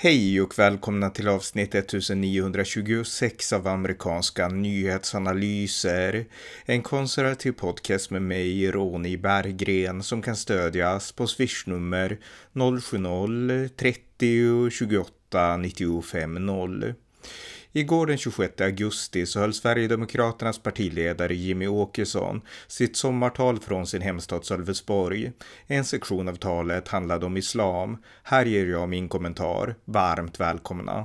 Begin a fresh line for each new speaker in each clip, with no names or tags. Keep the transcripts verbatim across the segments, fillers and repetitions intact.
Hej och välkomna till avsnitt nittonhundratjugosex av amerikanska nyhetsanalyser. En konservativ podcast med mig, Ronny Berggren, som kan stödjas på swishnummer noll sju noll trettio tjugoåtta nittiofem noll. Igår den tjugosjätte augusti så höll Sverigedemokraternas partiledare Jimmie Åkesson sitt sommartal från sin hemstad Sölvesborg. En sektion av talet handlade om islam. Här ger jag min kommentar. Varmt välkomna.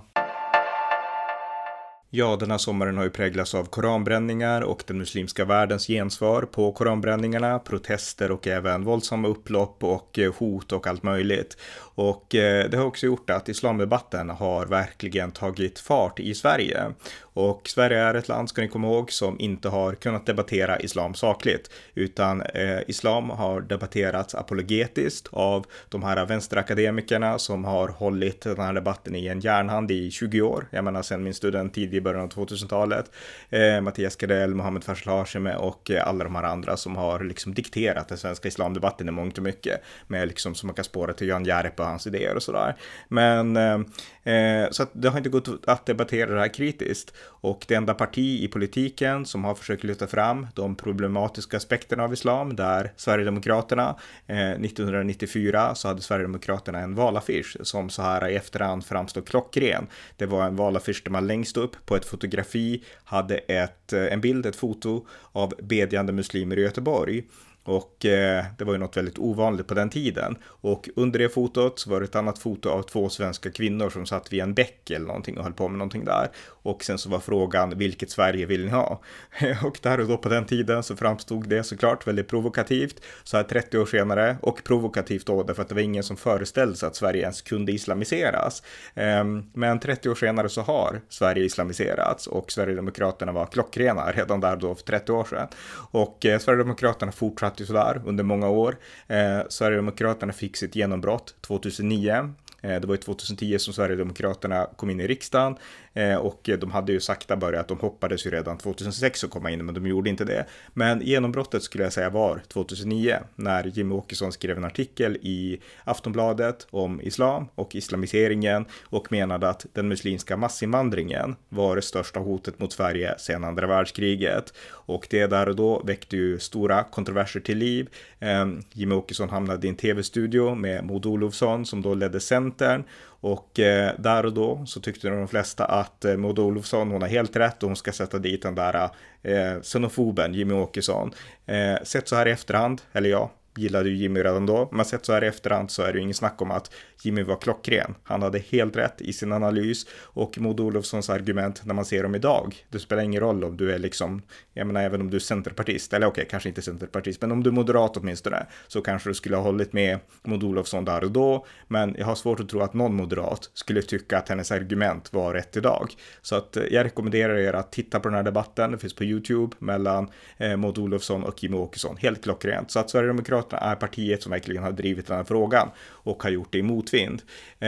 Ja, den här sommaren har ju präglats av koranbränningar och den muslimska världens gensvar på koranbränningarna, protester och även våldsamma upplopp och hot och allt möjligt. Och det har också gjort att islamdebatten har verkligen tagit fart i Sverige. Och Sverige är ett land, ska ni komma ihåg, som inte har kunnat debattera islam sakligt, utan eh, islam har debatterats apologetiskt av de här vänsterakademikerna som har hållit den här debatten i en järnhand i tjugo år. Jag menar sedan min studenttid i början av tvåtusentalet. Eh, Mattias Gardell, Mohammed Faisal Hashemi och eh, alla de här andra som har liksom dikterat den svenska islamdebatten i mångt och mycket. Med liksom som man kan spåra till Jan Järp och hans idéer och sådär. Men eh, eh, så att det har inte gått att debattera det här kritiskt. Och det enda parti i politiken som har försökt lyfta fram de problematiska aspekterna av islam, där Sverigedemokraterna eh, nittonhundranittiofyra så hade Sverigedemokraterna en valaffisch som så här i efterhand framstår klockren. Det var en valaffisch där man längst upp på ett fotografi hade ett, en bild, ett foto av bedjande muslimer i Göteborg. Och eh, det var ju något väldigt ovanligt på den tiden. Och under det fotot så var det ett annat foto av två svenska kvinnor som satt vid en bäck eller någonting och höll på med någonting där. Och sen så var frågan, vilket Sverige vill ni ha? Och där och då på den tiden så framstod det såklart väldigt provokativt. Så här trettio år senare, och provokativt då därför att det var ingen som föreställde sig att Sverige ens kunde islamiseras. Um, men trettio år senare så har Sverige islamiserats och Sverigedemokraterna var klockrena redan där då för trettio år sedan. Och eh, Sverigedemokraterna fortsatte sådär under många år. Eh, Sverigedemokraterna fick sitt genombrott tjugohundranio. Eh, det var ju tjugohundratio som Sverigedemokraterna kom in i riksdagen. Eh, och de hade ju sakta börjat, de hoppades ju redan tjugohundrasex att komma in, men de gjorde inte det. Men genombrottet skulle jag säga var tjugohundranio när Jimmie Åkesson skrev en artikel i Aftonbladet om islam och islamiseringen och menade att den muslimska massinvandringen var det största hotet mot Sverige sedan andra världskriget. Och det där och då väckte ju stora kontroverser till liv. Eh, Jimmie Åkesson hamnade i en tv-studio med Maud Olofsson som då ledde Centern. Och eh, där och då så tyckte de flesta att eh, Maud Olofsson, hon har helt rätt och hon ska sätta dit den där eh, xenofoben Jimmie Åkesson. Eh, sett så här i efterhand, eller ja, gillade ju Jimmie redan då, men sett så här i efterhand så är det ju ingen snack om att Jimmie var klockren. Han hade helt rätt i sin analys och Maud Olofssons argument när man ser dem idag. Det spelar ingen roll om du är liksom, jag menar även om du är centerpartist, eller okej, okay, kanske inte centerpartist, men om du är moderat åtminstone så kanske du skulle ha hållit med Maud Olofsson där och då, men jag har svårt att tro att någon moderat skulle tycka att hennes argument var rätt idag. Så att jag rekommenderar er att titta på den här debatten, det finns på YouTube mellan eh, Maud Olofsson och Jimmie Åkesson, helt klockrent. Så att Sverigedemokraterna är partiet som verkligen har drivit den här frågan och har gjort det i motvind.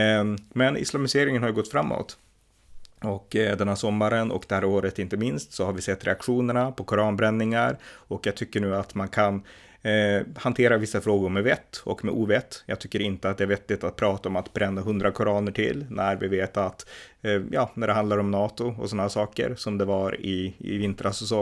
Men islamiseringen har ju gått framåt. Och den här sommaren och det här året inte minst så har vi sett reaktionerna på koranbränningar och jag tycker nu att man kan eh, hantera vissa frågor med vett och med ovett. Jag tycker inte att det är vettigt att prata om att bränna hundra koraner till när vi vet att eh, ja, när det handlar om NATO och sådana saker som det var i, i vintras och så.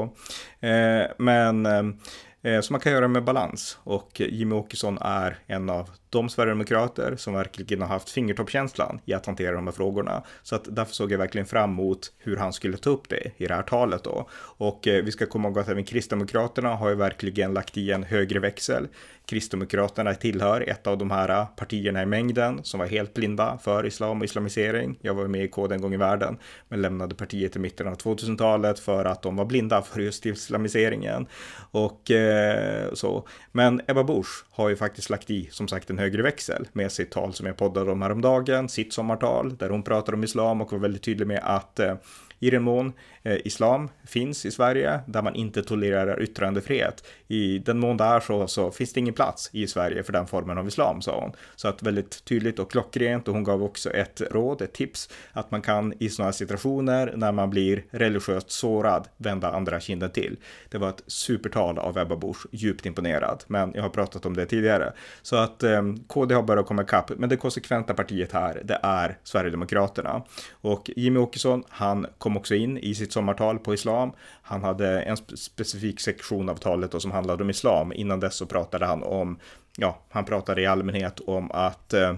Eh, men eh, Så man kan göra med balans och Jimmie Åkesson är en av de Sverigedemokrater som verkligen har haft fingertoppkänslan i att hantera de här frågorna. Så att därför såg jag verkligen fram emot hur han skulle ta upp det i det här talet då. Och eh, vi ska komma ihåg att även Kristdemokraterna har ju verkligen lagt i en högre växel. Kristdemokraterna tillhör ett av de här partierna i mängden som var helt blinda för islam och islamisering. Jag var med i K D en gång i världen men lämnade partiet i mitten av tvåtusentalet för att de var blinda för just islamiseringen. Och eh, så. Men Ebba Busch har ju faktiskt lagt i som sagt en högre växel med sitt tal som jag poddade om häromdagen, sitt sommartal där hon pratar om islam och var väldigt tydlig med att eh, I den mån eh, islam finns i Sverige där man inte tolererar yttrandefrihet, i den mån där så, så finns det ingen plats i Sverige för den formen av islam, sa hon. Så att väldigt tydligt och klockrent, och hon gav också ett råd, ett tips, att man kan i sådana situationer när man blir religiöst sårad vända andra kinden till. Det var ett supertal av Ebba Busch, djupt imponerad, men jag har pratat om det tidigare. Så att eh, K D har börjat komma ikapp, men det konsekventa partiet här, det är Sverigedemokraterna. Och Jimmie Åkesson, han kom också in i sitt sommartal på islam. Han hade en spe- specifik sektion av talet då, som handlade om islam. Innan dess så pratade han om, ja, han pratade i allmänhet om att eh,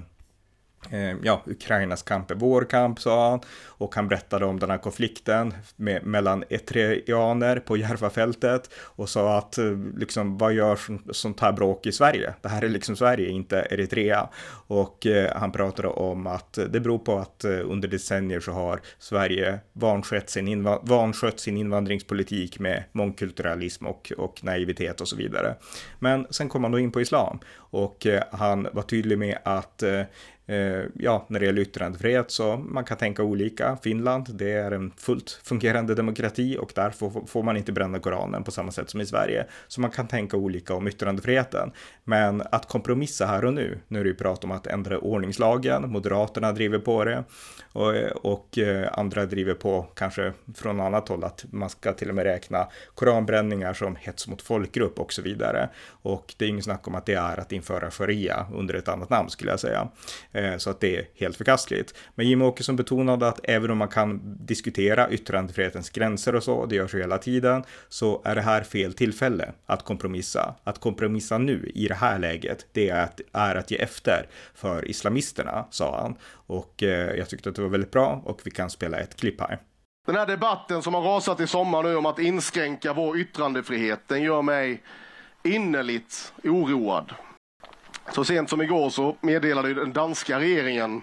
ja, Ukrainas kamp är vår kamp, sa han, och han berättade om den här konflikten med, mellan eritreaner på Järvafältet och sa att liksom, vad gör sånt här bråk i Sverige? Det här är liksom Sverige, inte Eritrea. Och eh, han pratade om att det beror på att eh, under decennier så har Sverige vanskött sin, inva- vanskött sin invandringspolitik med mångkulturalism och, och naivitet och så vidare. Men sen kom han då in på islam, och eh, han var tydlig med att eh, ja, när det gäller yttrandefrihet så man kan tänka olika. Finland, det är en fullt fungerande demokrati, och där får, får man inte bränna Koranen på samma sätt som i Sverige. Så man kan tänka olika om yttrandefriheten. Men att kompromissa här och nu, nu är det ju prat om att ändra ordningslagen, Moderaterna driver på det, och, och andra driver på kanske från annat håll att man ska till och med räkna koranbränningar som hets mot folkgrupp och så vidare. Och det är ingen snack om att det är att införa sharia under ett annat namn, skulle jag säga. Så att det är helt förkastligt. Men Jimmie Åkesson betonade att även om man kan diskutera yttrandefrihetens gränser och så, det görs ju hela tiden, så är det här fel tillfälle att kompromissa. Att kompromissa nu i det här läget, det är att, är att ge efter för islamisterna, sa han. Och eh, jag tyckte att det var väldigt bra, och vi kan spela ett klipp här.
Den här debatten som har rasat i sommar nu om att inskränka vår yttrandefrihet, den gör mig innerligt oroad. Så sent som igår så meddelade den danska regeringen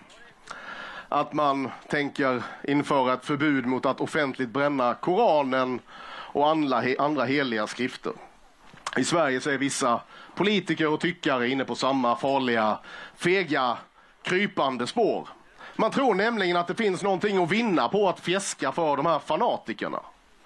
att man tänker införa ett förbud mot att offentligt bränna Koranen och andra, andra heliga skrifter. I Sverige så är vissa politiker och tyckare inne på samma farliga, fega, krypande spår. Man tror nämligen att det finns någonting att vinna på att fjäska för de här fanatikerna.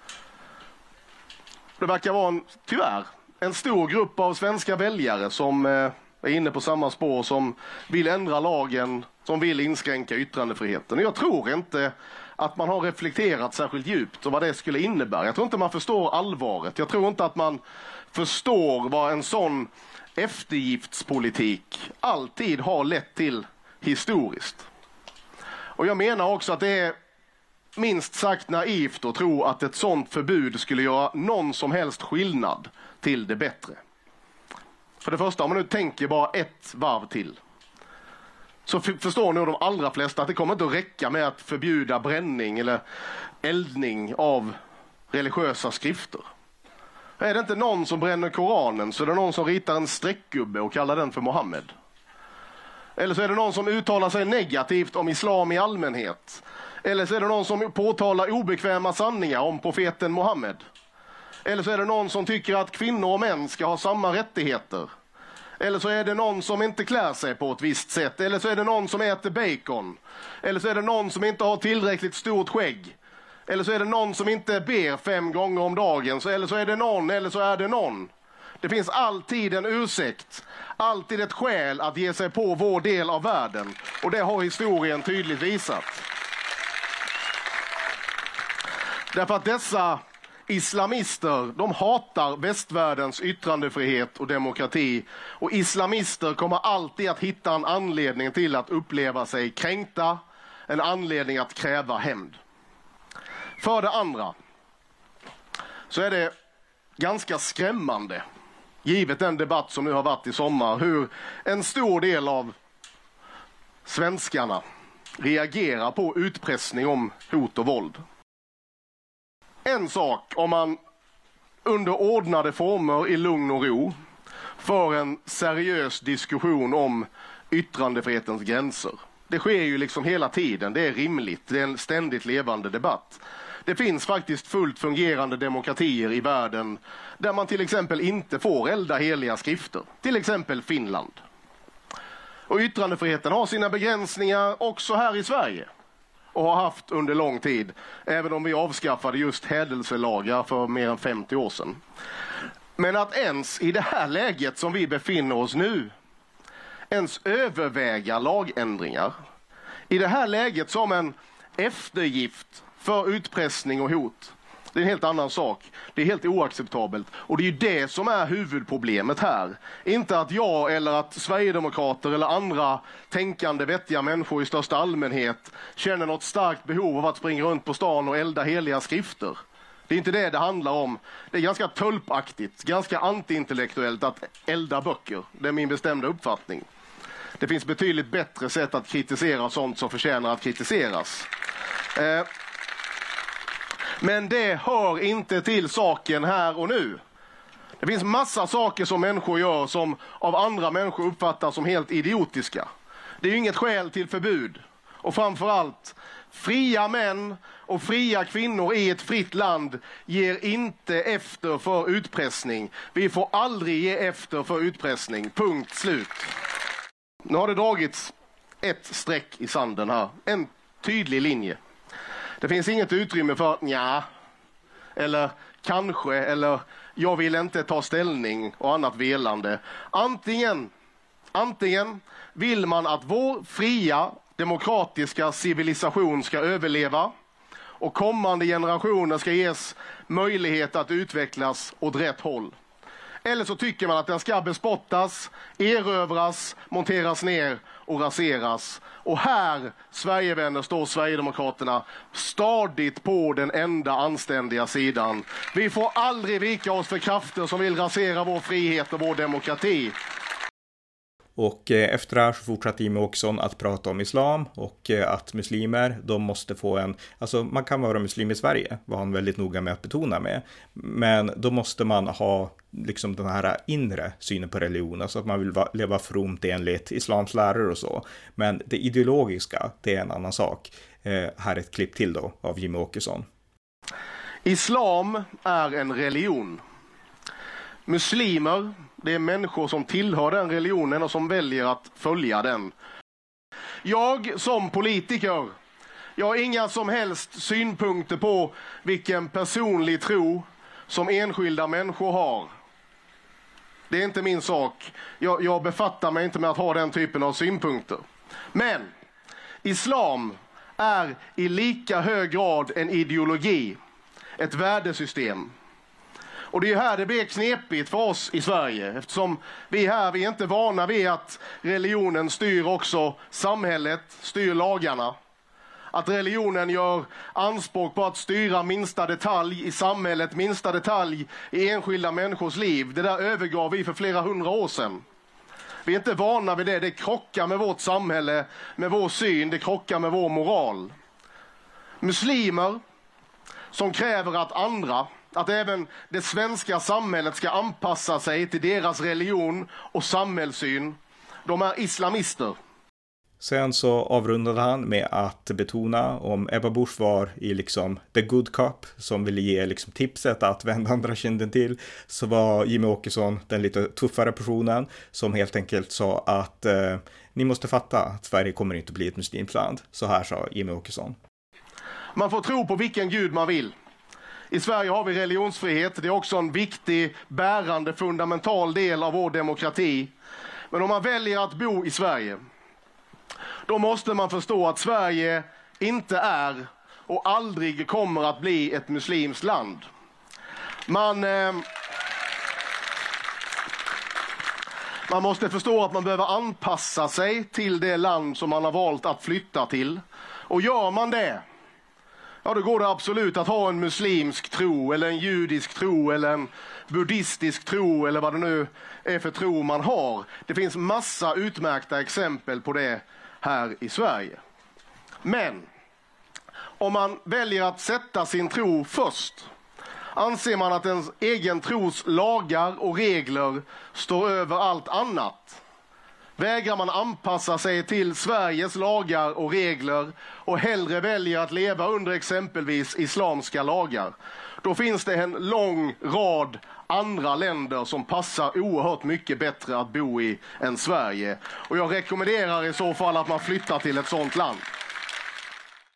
Det verkar vara en, tyvärr, en stor grupp av svenska väljare som eh, är inne på samma spår, som vill ändra lagen, som vill inskränka yttrandefriheten. Och jag tror inte att man har reflekterat särskilt djupt om vad det skulle innebära. Jag tror inte man förstår allvaret. Jag tror inte att man förstår vad en sån eftergiftspolitik alltid har lett till historiskt. Och jag menar också att det är minst sagt naivt att tro att ett sånt förbud skulle göra någon som helst skillnad till det bättre. För det första, om man nu tänker bara ett varv till, så f- förstår nog de allra flesta att det kommer inte att räcka med att förbjuda bränning eller eldning av religiösa skrifter. Är det inte någon som bränner Koranen, så är det någon som ritar en streckgubbe och kallar den för Mohammed. Eller så är det någon som uttalar sig negativt om islam i allmänhet. Eller så är det någon som påtalar obekväma sanningar om profeten Mohammed. Eller så är det någon som tycker att kvinnor och män ska ha samma rättigheter. Eller så är det någon som inte klär sig på ett visst sätt. Eller så är det någon som äter bacon. Eller så är det någon som inte har tillräckligt stort skägg. Eller så är det någon som inte ber fem gånger om dagen. Eller så är det någon, eller så är det någon. Det finns alltid en ursäkt. Alltid ett skäl att ge sig på vår del av världen. Och det har historien tydligt visat. Därför att dessa islamister, de hatar västvärldens yttrandefrihet och demokrati. Och islamister kommer alltid att hitta en anledning till att uppleva sig kränkta. En anledning att kräva hämnd. För det andra så är det ganska skrämmande, givet den debatt som nu har varit i sommar, hur en stor del av svenskarna reagerar på utpressning om hot och våld. En sak om man under ordnade former i lugn och ro för en seriös diskussion om yttrandefrihetens gränser. Det sker ju liksom hela tiden, det är rimligt, det är en ständigt levande debatt. Det finns faktiskt fullt fungerande demokratier i världen där man till exempel inte får elda heliga skrifter. Till exempel Finland. Och yttrandefriheten har sina begränsningar också här i Sverige. och har haft under lång tid, även om vi avskaffade just hädelselagar för mer än femtio år sedan. Men att ens i det här läget som vi befinner oss nu, ens överväga lagändringar, i det här läget som en eftergift för utpressning och hot, det är en helt annan sak. Det är helt oacceptabelt. Och det är ju det som är huvudproblemet här. Inte att jag eller att Sverigedemokrater eller andra tänkande vettiga människor i största allmänhet känner något starkt behov av att springa runt på stan och elda heliga skrifter. Det är inte det det handlar om. Det är ganska tölpaktigt, ganska antiintellektuellt att elda böcker. Det är min bestämda uppfattning. Det finns betydligt bättre sätt att kritisera sånt som förtjänar att kritiseras. Eh, Men det hör inte till saken här och nu. Det finns massa saker som människor gör som av andra människor uppfattas som helt idiotiska. Det är ju inget skäl till förbud. Och framförallt, fria män och fria kvinnor i ett fritt land ger inte efter för utpressning. Vi får aldrig ge efter för utpressning. Punkt slut. Nu har det dragits ett streck i sanden här. En tydlig linje. Det finns inget utrymme för nja, eller kanske, eller jag vill inte ta ställning och annat velande. Antingen, antingen vill man att vår fria, demokratiska civilisation ska överleva och kommande generationer ska ges möjlighet att utvecklas åt rätt håll. Eller så tycker man att den ska bespottas, erövras, monteras ner och raseras. Och här, Sverigevänner, står Sverigedemokraterna stadigt på den enda anständiga sidan. Vi får aldrig vika oss för krafter som vill rasera vår frihet och vår demokrati.
Och efter det här så fortsatte Jimmie Åkesson att prata om islam och att muslimer, de måste få en, alltså man kan vara muslim i Sverige, var han väldigt noga med att betona med, men då måste man ha liksom den här inre synen på religion, alltså att man vill leva fromt enligt islams lärare och så, men det ideologiska, det är en annan sak. Eh, här är ett klipp till då av Jimmie Åkesson.
Islam är en religion. Muslimer, det är människor som tillhör den religionen och som väljer att följa den. Jag som politiker, jag har inga som helst synpunkter på vilken personlig tro som enskilda människor har. Det är inte min sak. Jag, jag befattar mig inte med att ha den typen av synpunkter. Men islam är i lika hög grad en ideologi, ett värdesystem. Och det är här det blir knepigt för oss i Sverige, eftersom vi här vi är inte vana vid att religionen styr också samhället, styr lagarna. Att religionen gör anspråk på att styra minsta detalj i samhället, minsta detalj i enskilda människors liv. Det där övergav vi för flera hundra år sedan. Vi är inte vana vid det, det krockar med vårt samhälle, med vår syn, det krockar med vår moral. Muslimer som kräver att andra, att även det svenska samhället ska anpassa sig till deras religion och samhällssyn, de är islamister.
Sen så avrundade han med att betona om Ebba Busch var i liksom the good cop som ville ge liksom tipset att vända andra kinden till, så var Jimmie Åkesson den lite tuffare personen som helt enkelt sa att eh, ni måste fatta att Sverige kommer inte bli ett muslimskt land. Så här sa Jimmie Åkesson.
Man får tro på vilken gud man vill. I Sverige har vi religionsfrihet, det är också en viktig, bärande, fundamental del av vår demokrati. Men om man väljer att bo i Sverige, då måste man förstå att Sverige inte är och aldrig kommer att bli ett muslimskt land. Man, eh, man måste förstå att man behöver anpassa sig till det land som man har valt att flytta till. Och gör man det, ja, då går det absolut att ha en muslimsk tro eller en judisk tro eller en buddhistisk tro eller vad det nu är för tro man har. Det finns massa utmärkta exempel på det här i Sverige. Men om man väljer att sätta sin tro först, anser man att ens egen tros lagar och regler står över allt annat. Vägrar man anpassa sig till Sveriges lagar och regler och hellre väljer att leva under exempelvis islamska lagar, då finns det en lång rad andra länder som passar oerhört mycket bättre att bo i än Sverige. Och jag rekommenderar i så fall att man flyttar till ett sådant land.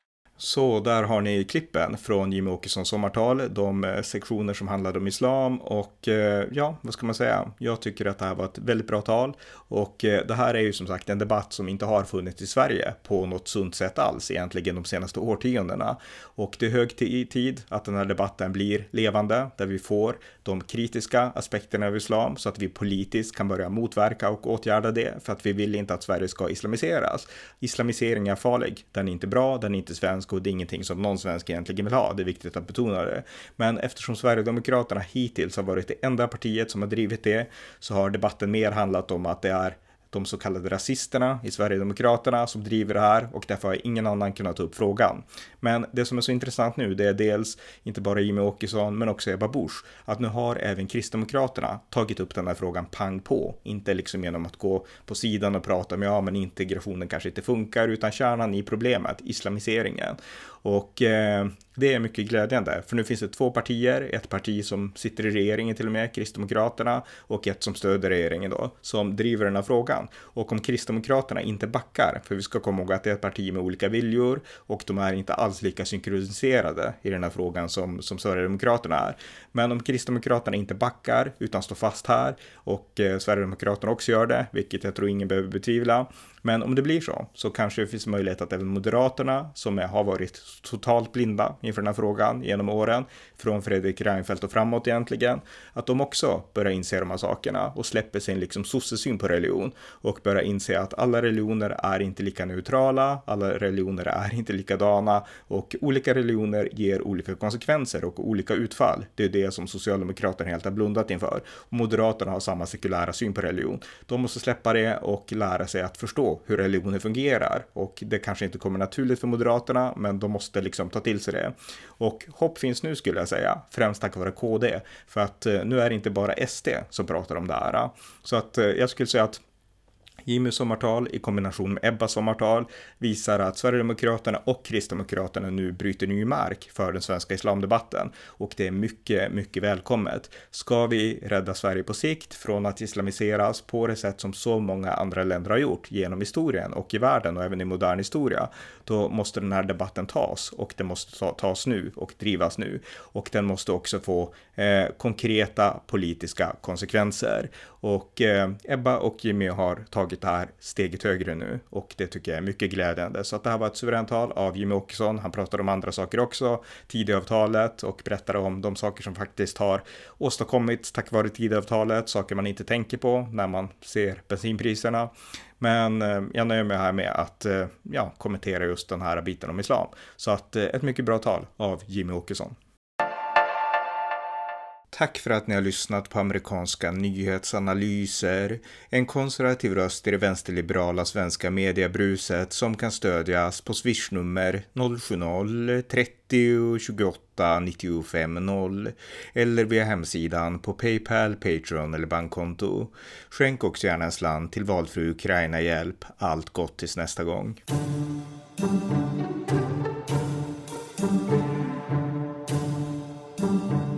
Så där har ni klippen från Jimmie Åkessons sommartal, de sektioner som handlade om islam och ja, vad ska man säga? Jag tycker att det här var ett väldigt bra tal och det här är ju som sagt en debatt som inte har funnits i Sverige på något sunt sätt alls egentligen de senaste årtiondena och det är hög tid att den här debatten blir levande där vi får de kritiska aspekterna av islam så att vi politiskt kan börja motverka och åtgärda det för att vi vill inte att Sverige ska islamiseras. Islamisering är farlig, den är inte bra, den är inte svensk och det är ingenting som någon svensk egentligen vill ha, det är viktigt att betona det. Men eftersom Sverigedemokraterna hittills har varit det enda partiet som har drivit det så har debatten mer handlat om att det är de så kallade rasisterna i Sverigedemokraterna som driver det här och därför har ingen annan kunnat ta upp frågan. Men det som är så intressant nu det är dels inte bara Jimmie Åkesson men också Ebba Busch att nu har även Kristdemokraterna tagit upp den här frågan pang på. Inte liksom genom att gå på sidan och prata om ja men integrationen kanske inte funkar utan kärnan i problemet, islamiseringen. Och eh, det är mycket glädjande för nu finns det två partier, ett parti som sitter i regeringen till och med, Kristdemokraterna och ett som stöder regeringen då, som driver den här frågan. Och om Kristdemokraterna inte backar, för vi ska komma ihåg att det är ett parti med olika viljor och de är inte alls lika synkroniserade i den här frågan som, som Sverigedemokraterna är. Men om Kristdemokraterna inte backar utan står fast här och eh, Sverigedemokraterna också gör det, vilket jag tror ingen behöver betvivla. Men om det blir så, så kanske det finns möjlighet att även Moderaterna, som är, har varit totalt blinda inför den här frågan genom åren, från Fredrik Reinfeldt och framåt egentligen, att de också börjar inse de här sakerna och släpper sin liksom sossesyn på religion och börjar inse att alla religioner är inte lika neutrala, alla religioner är inte likadana och olika religioner ger olika konsekvenser och olika utfall. Det är det som Socialdemokraterna helt har blundat inför. Moderaterna har samma sekulära syn på religion. De måste släppa det och lära sig att förstå hur religioner fungerar och det kanske inte kommer naturligt för Moderaterna men de måste liksom ta till sig det. Och hopp finns nu skulle jag säga, främst tack vare K D för att nu är det inte bara S D som pratar om det här. Så att jag skulle säga att Jimmies sommartal i kombination med Ebbas sommartal visar att Sverigedemokraterna och Kristdemokraterna nu bryter ny mark för den svenska islamdebatten och det är mycket, mycket välkommet. Ska vi rädda Sverige på sikt från att islamiseras på det sätt som så många andra länder har gjort genom historien och i världen och även i modern historia, då måste den här debatten tas och det måste tas nu och drivas nu och den måste också få eh, konkreta politiska konsekvenser och eh, Ebba och Jimmie har tagit det här steget högre nu och det tycker jag är mycket glädjande. Så att det här var ett suveränt tal av Jimmie Åkesson. Han pratade om andra saker också, Tidöavtalet och berättade om de saker som faktiskt har åstadkommits tack vare Tidöavtalet, saker man inte tänker på när man ser bensinpriserna. Men eh, jag nöjer mig här med att eh, ja, kommentera just den här biten om islam. Så att eh, ett mycket bra tal av Jimmie Åkesson. Tack för att ni har lyssnat på amerikanska nyhetsanalyser, en konservativ röst i det vänsterliberala svenska mediebruset som kan stödjas på swishnummer noll sju noll trettio tjugoåtta nittiofem noll eller via hemsidan på PayPal, Patreon eller bankkonto. Skänk också gärna en slant till valfri Ukraina-hjälp. Allt gott tills nästa gång.
Thank you.